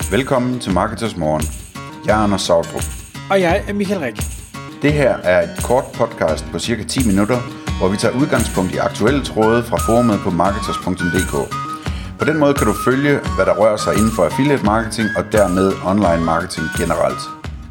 Velkommen til Marketers Morgen. Jeg er Anders Sautrup. Og jeg er Michael Rik. Det her er et kort podcast på cirka 10 minutter, hvor vi tager udgangspunkt i aktuelle tråde fra forumet på marketers.dk. På den måde kan du følge, hvad der rører sig inden for affiliate marketing og dermed online marketing generelt.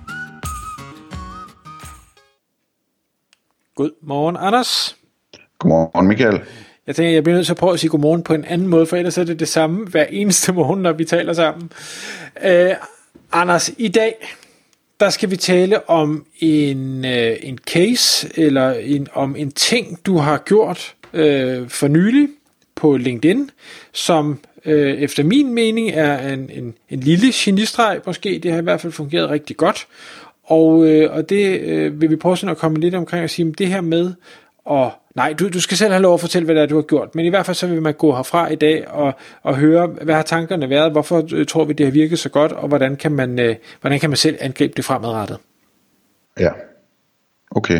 Godmorgen, Anders. Godmorgen, Michael. Jeg tænker, jeg bliver nødt til at prøve at sige godmorgen på en anden måde, for ellers er det det samme hver eneste morgen, når vi taler sammen. Anders, i dag, der skal vi tale om en case, eller om en ting, du har gjort for nylig på LinkedIn, som efter min mening er en lille genistreg måske. Det har i hvert fald fungeret rigtig godt. Og det vil vi prøve sådan at komme lidt omkring og sige, det her med, og nej, du skal selv have lov at fortælle, hvad det er, du har gjort, men i hvert fald så vil man gå herfra i dag og høre, hvad har tankerne været, hvorfor tror vi, det har virket så godt, og hvordan kan man selv angribe det fremadrettet? Ja, okay.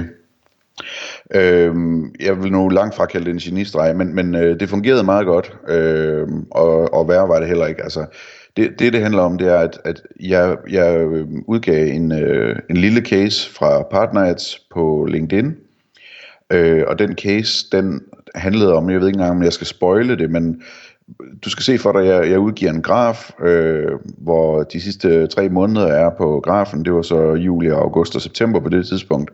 Jeg vil nu langt fra kalde det en genistreg, men det fungerede meget godt, og værre var det heller ikke. Altså, det handler om, det er, at jeg udgav en lille case fra PartnerAds på LinkedIn, og den case, den handlede om, jeg ved ikke engang, om jeg skal spoile det, men du skal se for dig, at jeg udgiver en graf, hvor de sidste 3 måneder er på grafen. Det var så juli, august og september på det tidspunkt.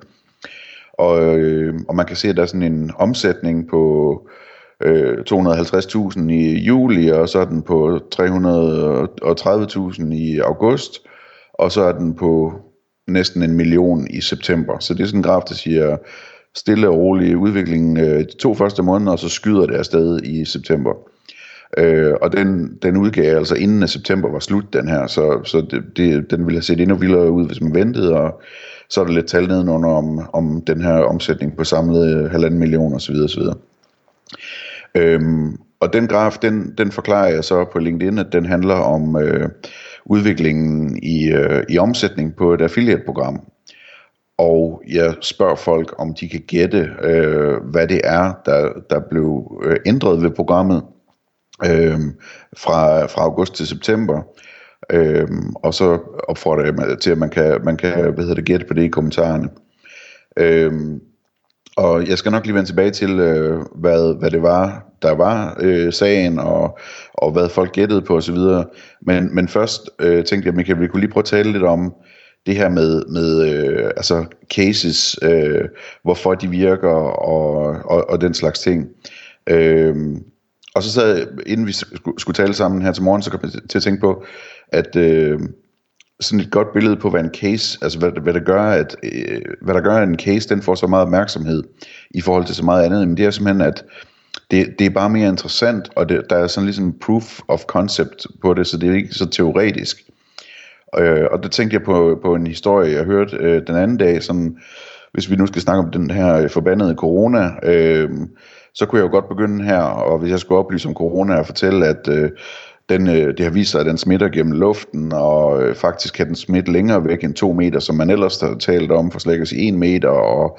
Og man kan se, at der er sådan en omsætning på 250.000 i juli, og så er den på 330.000 i august, og så er den på næsten 1 million i september. Så det er sådan en graf, der siger stille og rolig udvikling de 2 første måneder, og så skyder det afsted i september. Og den udgav jeg altså inden september var slut, den her, så den ville have set endnu vildere ud, hvis man ventede, og så er der lidt tal nedenunder om den her omsætning på samlet 1,5 million osv. Og den graf, den forklarer jeg så på LinkedIn, at den handler om udviklingen i omsætning på et affiliate-program. Og jeg spørger folk, om de kan gætte, hvad det er, der blev ændret ved programmet fra august til september. Og så opfordrer jeg til, at man kan gætte på det i kommentarerne. Og jeg skal nok lige vende tilbage til, hvad det var, der var sagen, og hvad folk gættede på osv. Men først tænkte jeg, Michael, vi kunne lige prøve at tale lidt om det her med altså cases, hvorfor de virker, og den slags ting. Og så sad, inden vi skulle tale sammen her til morgen, så kom jeg til at tænke på, at sådan et godt billede på, hvad en case, altså hvad der gør, at en case, den får så meget opmærksomhed i forhold til så meget andet, men det er simpelthen, at det er bare mere interessant, og der er sådan ligesom proof of concept på det, så det er ikke så teoretisk. Og det tænkte jeg på en historie, jeg hørte den anden dag, sådan, hvis vi nu skal snakke om den her forbandede corona, så kunne jeg jo godt begynde her, og hvis jeg skulle oplyse om corona og fortælle, at det har vist sig, at den smitter gennem luften, og faktisk kan den smitte længere væk end 2 meter, som man ellers har talt om, for slet ikke at sige 1 meter, og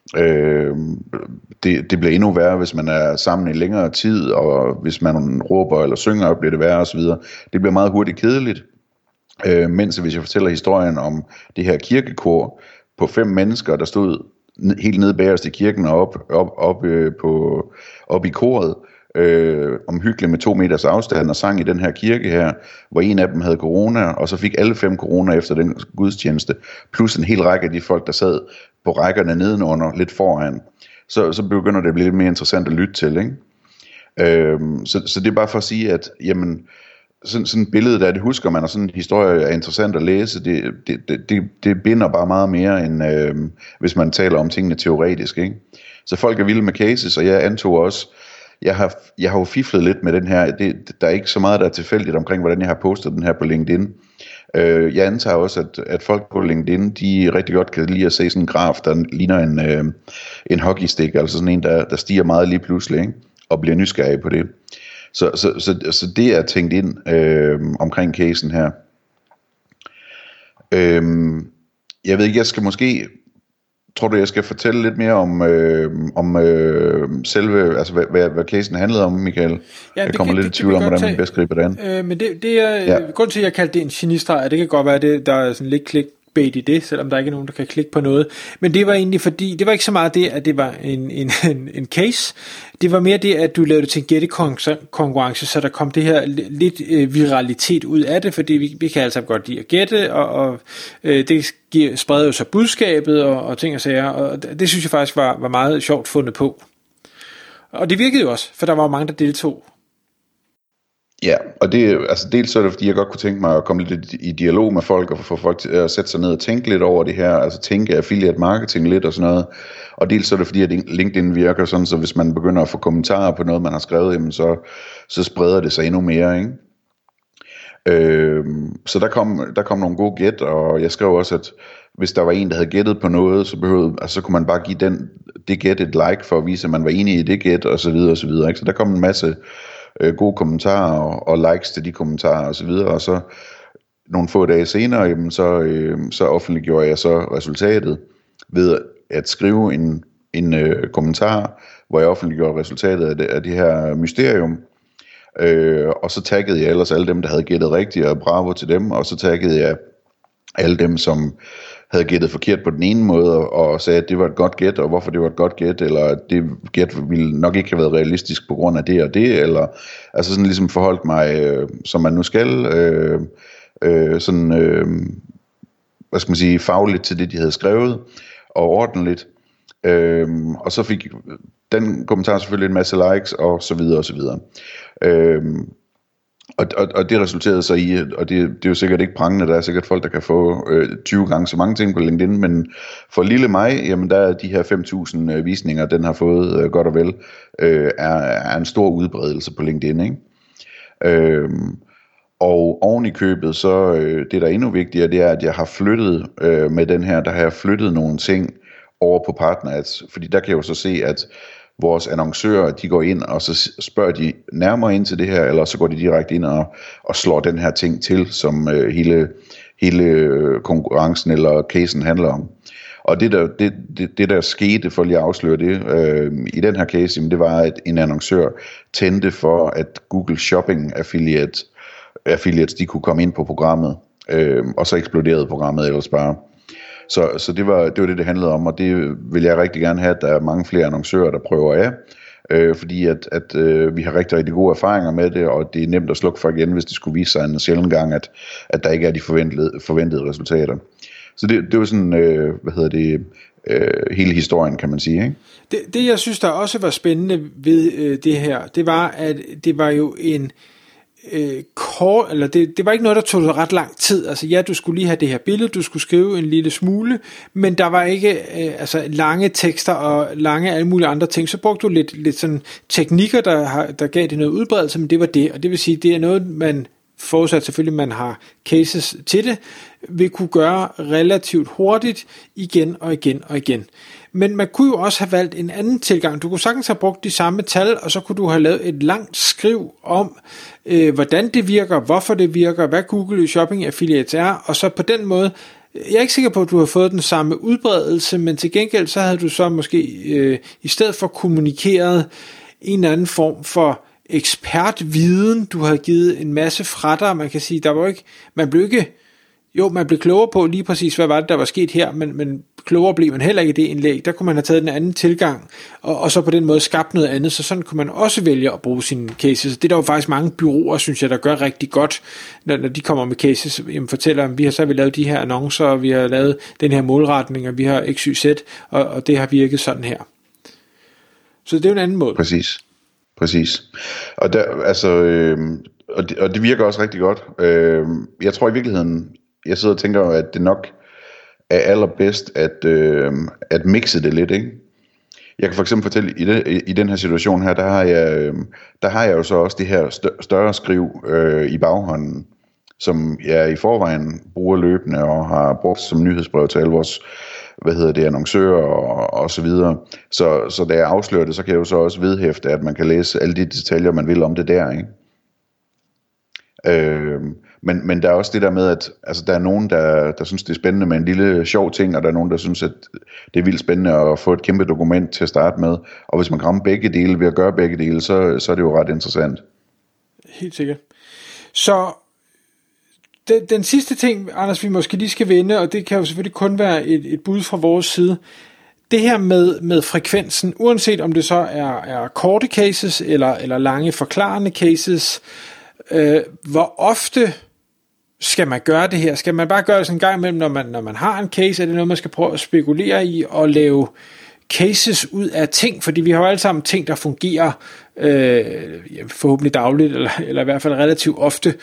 det bliver endnu værre, hvis man er sammen i længere tid, og hvis man råber eller synger, bliver det værre osv. Det bliver meget hurtigt kedeligt. Mens hvis jeg fortæller historien om det her kirkekor på 5 mennesker, der stod helt nede bagerst i kirken og op i koret, omhyggeligt med 2 meters afstand, og sang i den her kirke her, hvor en af dem havde corona, og så fik alle 5 corona efter den gudstjeneste, plus en hel række af de folk, der sad på rækkerne nedenunder, lidt foran. Så begynder det at blive lidt mere interessant at lytte til, ikke? Så det er bare for at sige, at jamen, sådan et billede der, det husker man, og sådan en historie er interessant at læse, det binder bare meget mere, end hvis man taler om tingene teoretisk, ikke? Så folk er vilde med cases, og jeg antog også, jeg har jo fiflet lidt med den her, der er ikke så meget, der er tilfældigt omkring, hvordan jeg har postet den her på LinkedIn. Jeg antager også, at folk på LinkedIn, de rigtig godt kan lide at se sådan en graf, der ligner en hockeystick, altså sådan en, der stiger meget lige pludselig, ikke? Og bliver nysgerrig på det. Så det er tænkt ind omkring casen her. Jeg ved ikke, jeg skal måske tror du, jeg skal fortælle lidt mere om selve, altså hvad casen handlede om, Michael? Ja, jeg kommer lidt i tvivl om, hvordan man bedst griber det an. Men det er grund til, at jeg kaldte det en genistreg, det kan godt være, at der er sådan lidt clickbait i det, selvom der ikke er nogen, der kan klikke på noget. Men det var egentlig fordi, det var ikke så meget det, at det var en case. Det var mere det, at du lavede det til en gættekonkurrence, så der kom det her lidt viralitet ud af det, fordi vi kan altså godt lide at gætte, og det spreder jo så budskabet og ting og sager, og det synes jeg faktisk var meget sjovt fundet på. Og det virkede jo også, for der var jo mange, der deltog. Ja, og det, altså dels så er det, fordi jeg godt kunne tænke mig at komme lidt i dialog med folk, og få folk til at sætte sig ned og tænke lidt over det her, altså tænke affiliate marketing lidt og sådan noget. Og dels så er det, fordi at LinkedIn virker sådan, så hvis man begynder at få kommentarer på noget, man har skrevet, jamen så spreder det sig endnu mere, ikke? Så der kom nogle gode gæt, og jeg skrev også, at hvis der var en, der havde gættet på noget, så kunne man bare give det gæt et like, for at vise, at man var enig i det gæt, og så videre, og så videre, ikke? Så der kom en masse gode kommentarer og likes til de kommentarer og så videre, og så nogle få dage senere, jamen, så offentliggjorde jeg så resultatet ved at skrive en kommentar, hvor jeg offentliggjorde resultatet af det her mysterium, og så taggede jeg ellers alle dem, der havde gættet rigtigt, og bravo til dem, og så taggede jeg alle dem, som havde gættet forkert på den ene måde, og sagde, at det var et godt gæt, og hvorfor det var et godt gæt, eller at det gæt ville nok ikke have været realistisk på grund af det og det, eller altså sådan ligesom forholdt mig, som man nu skal, hvad skal man sige, fagligt til det, de havde skrevet, og ordentligt, og så fik den kommentar selvfølgelig en masse likes, og så videre, og så videre. Og det resulterede så i, og det er jo sikkert ikke prangende, der er sikkert folk, der kan få 20 gange så mange ting på LinkedIn, men for lille mig, jamen der er de her 5.000 visninger, den har fået godt og vel, er en stor udbredelse på LinkedIn, ikke? Og oven i købet, så det der er endnu vigtigere, det er, at jeg har flyttet med den her, der har jeg flyttet nogle ting over på Partnerads, fordi der kan jeg jo så se, at vores annoncører, de går ind, og så spørger de nærmere ind til det her, eller så går de direkte ind og slår den her ting til, som hele konkurrencen eller casen handler om. Og det der skete, for lige at afsløre det, i den her case, jamen, det var, at en annoncør tændte for, at Google Shopping affiliates, de kunne komme ind på programmet, og så eksploderede programmet ellers bare. Så det var det handlede om, og det vil jeg rigtig gerne have, at der er mange flere annoncører, der prøver af, fordi at vi har rigtig, rigtig gode erfaringer med det, og det er nemt at slukke for igen, hvis det skulle vise sig en sjælden gang, at der ikke er de forventede resultater. Så det var sådan, hele historien, kan man sige, ikke? Det jeg synes, der også var spændende ved det her, det var, at det var jo en eller det var ikke noget, der tog ret lang tid. Altså ja, du skulle lige have det her billede, du skulle skrive en lille smule, men der var ikke lange tekster og lange alle mulige andre ting. Så brugte du lidt sådan teknikker, der gav det noget udbredelse, men det var det. Og det vil sige, det er noget, man forudsat selvfølgelig, man har cases til det, vil kunne gøre relativt hurtigt igen og igen og igen. Men man kunne jo også have valgt en anden tilgang. Du kunne sagtens have brugt de samme tal, og så kunne du have lavet et langt skriv om, hvordan det virker, hvorfor det virker, hvad Google Shopping Affiliates er, og så på den måde, jeg er ikke sikker på, at du har fået den samme udbredelse, men til gengæld så havde du så måske i stedet for kommunikeret en eller anden form for ekspertviden, du har givet en masse fra dig, man kan sige, der var ikke, man blev klogere på lige præcis, hvad var det, der var sket her, men klogere blev man heller ikke i det indlæg. Der kunne man have taget en anden tilgang, og så på den måde skabt noget andet, så sådan kunne man også vælge at bruge sine cases. Det er der jo faktisk mange bureauer, synes jeg, der gør rigtig godt, når de kommer med cases, jamen fortæller, at vi har lavet de her annoncer, og vi har lavet den her målretning, og vi har XYZ, og det har virket sådan her. Så det er jo en anden måde. Præcis. Og der, og det virker også rigtig godt. Jeg tror i virkeligheden, jeg sidder og tænker, at det nok er allerbedst at mixe det lidt, ikke? Jeg kan for eksempel fortælle, i den her situation her, der har jeg jo så også det her større skriv i baghånden, som jeg i forvejen bruger løbende og har brugt som nyhedsbrev til alle vores annoncører og så videre. Så da jeg afslører det, så kan jeg jo så også vedhæfte, at man kan læse alle de detaljer, man vil om det der, ikke? Men der er også det der med, at altså, der er nogen, der synes, det er spændende med en lille sjov ting, og der er nogen, der synes, at det er vildt spændende at få et kæmpe dokument til at starte med. Og hvis man kan ramme begge dele ved at gøre begge dele, så er det jo ret interessant. Helt sikkert. Så den sidste ting, Anders, vi måske lige skal vende, og det kan jo selvfølgelig kun være et bud fra vores side, det her med frekvensen, uanset om det så er korte cases eller lange forklarende cases, hvor ofte skal man gøre det her? Skal man bare gøre det sådan en gang imellem, når man har en case? Er det noget, man skal prøve at spekulere i og lave cases ud af ting? Fordi vi har jo alle sammen ting, der fungerer forhåbentlig dagligt, eller i hvert fald relativt ofte.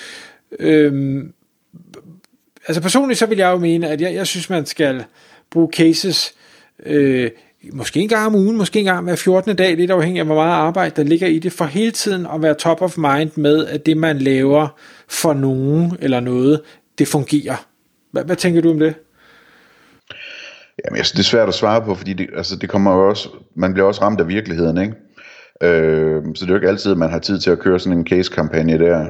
Altså personligt så vil jeg jo mene, at jeg synes, man skal bruge cases måske en gang om ugen, måske en gang hver 14. dag, lidt afhængig af, hvor meget arbejde der ligger i det, for hele tiden at være top of mind med, at det, man laver for nogen eller noget, det fungerer. Hvad tænker du om det? Jamen, det er svært at svare på, fordi det kommer jo også, man bliver også ramt af virkeligheden, ikke? Så det er jo ikke altid, at man har tid til at køre sådan en case-kampagne der.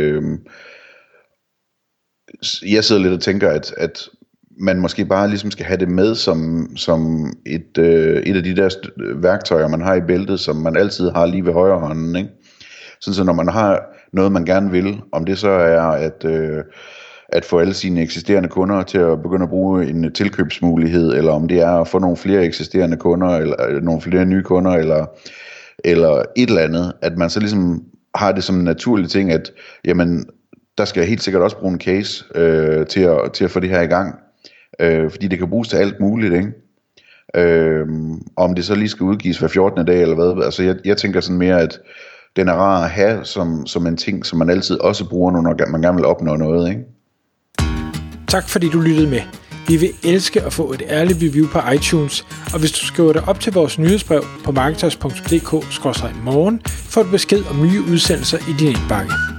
Jeg sidder lidt og tænker, at man måske bare ligesom skal have det med som et af de der værktøjer, man har i bæltet, som man altid har lige ved højre hånden, ikke? Sådan så når man har noget, man gerne vil, om det så er at få alle sine eksisterende kunder til at begynde at bruge en tilkøbsmulighed, eller om det er at få nogle flere eksisterende kunder, eller nogle flere nye kunder, eller et eller andet, at man så ligesom har det som en naturlig ting, at jamen, der skal jeg helt sikkert også bruge en case til at få det her i gang. Fordi det kan bruges til alt muligt, ikke? Om det så lige skal udgives hver 14. dag eller hvad. Altså jeg tænker sådan mere, at den er rar at have som en ting, som man altid også bruger, når man gerne vil opnå noget, ikke? Tak fordi du lyttede med. Vi vil elske at få et ærligt review på iTunes, og hvis du skriver dig op til vores nyhedsbrev på marketers.dk/morgen, får du besked om nye udsendelser i din indbakke.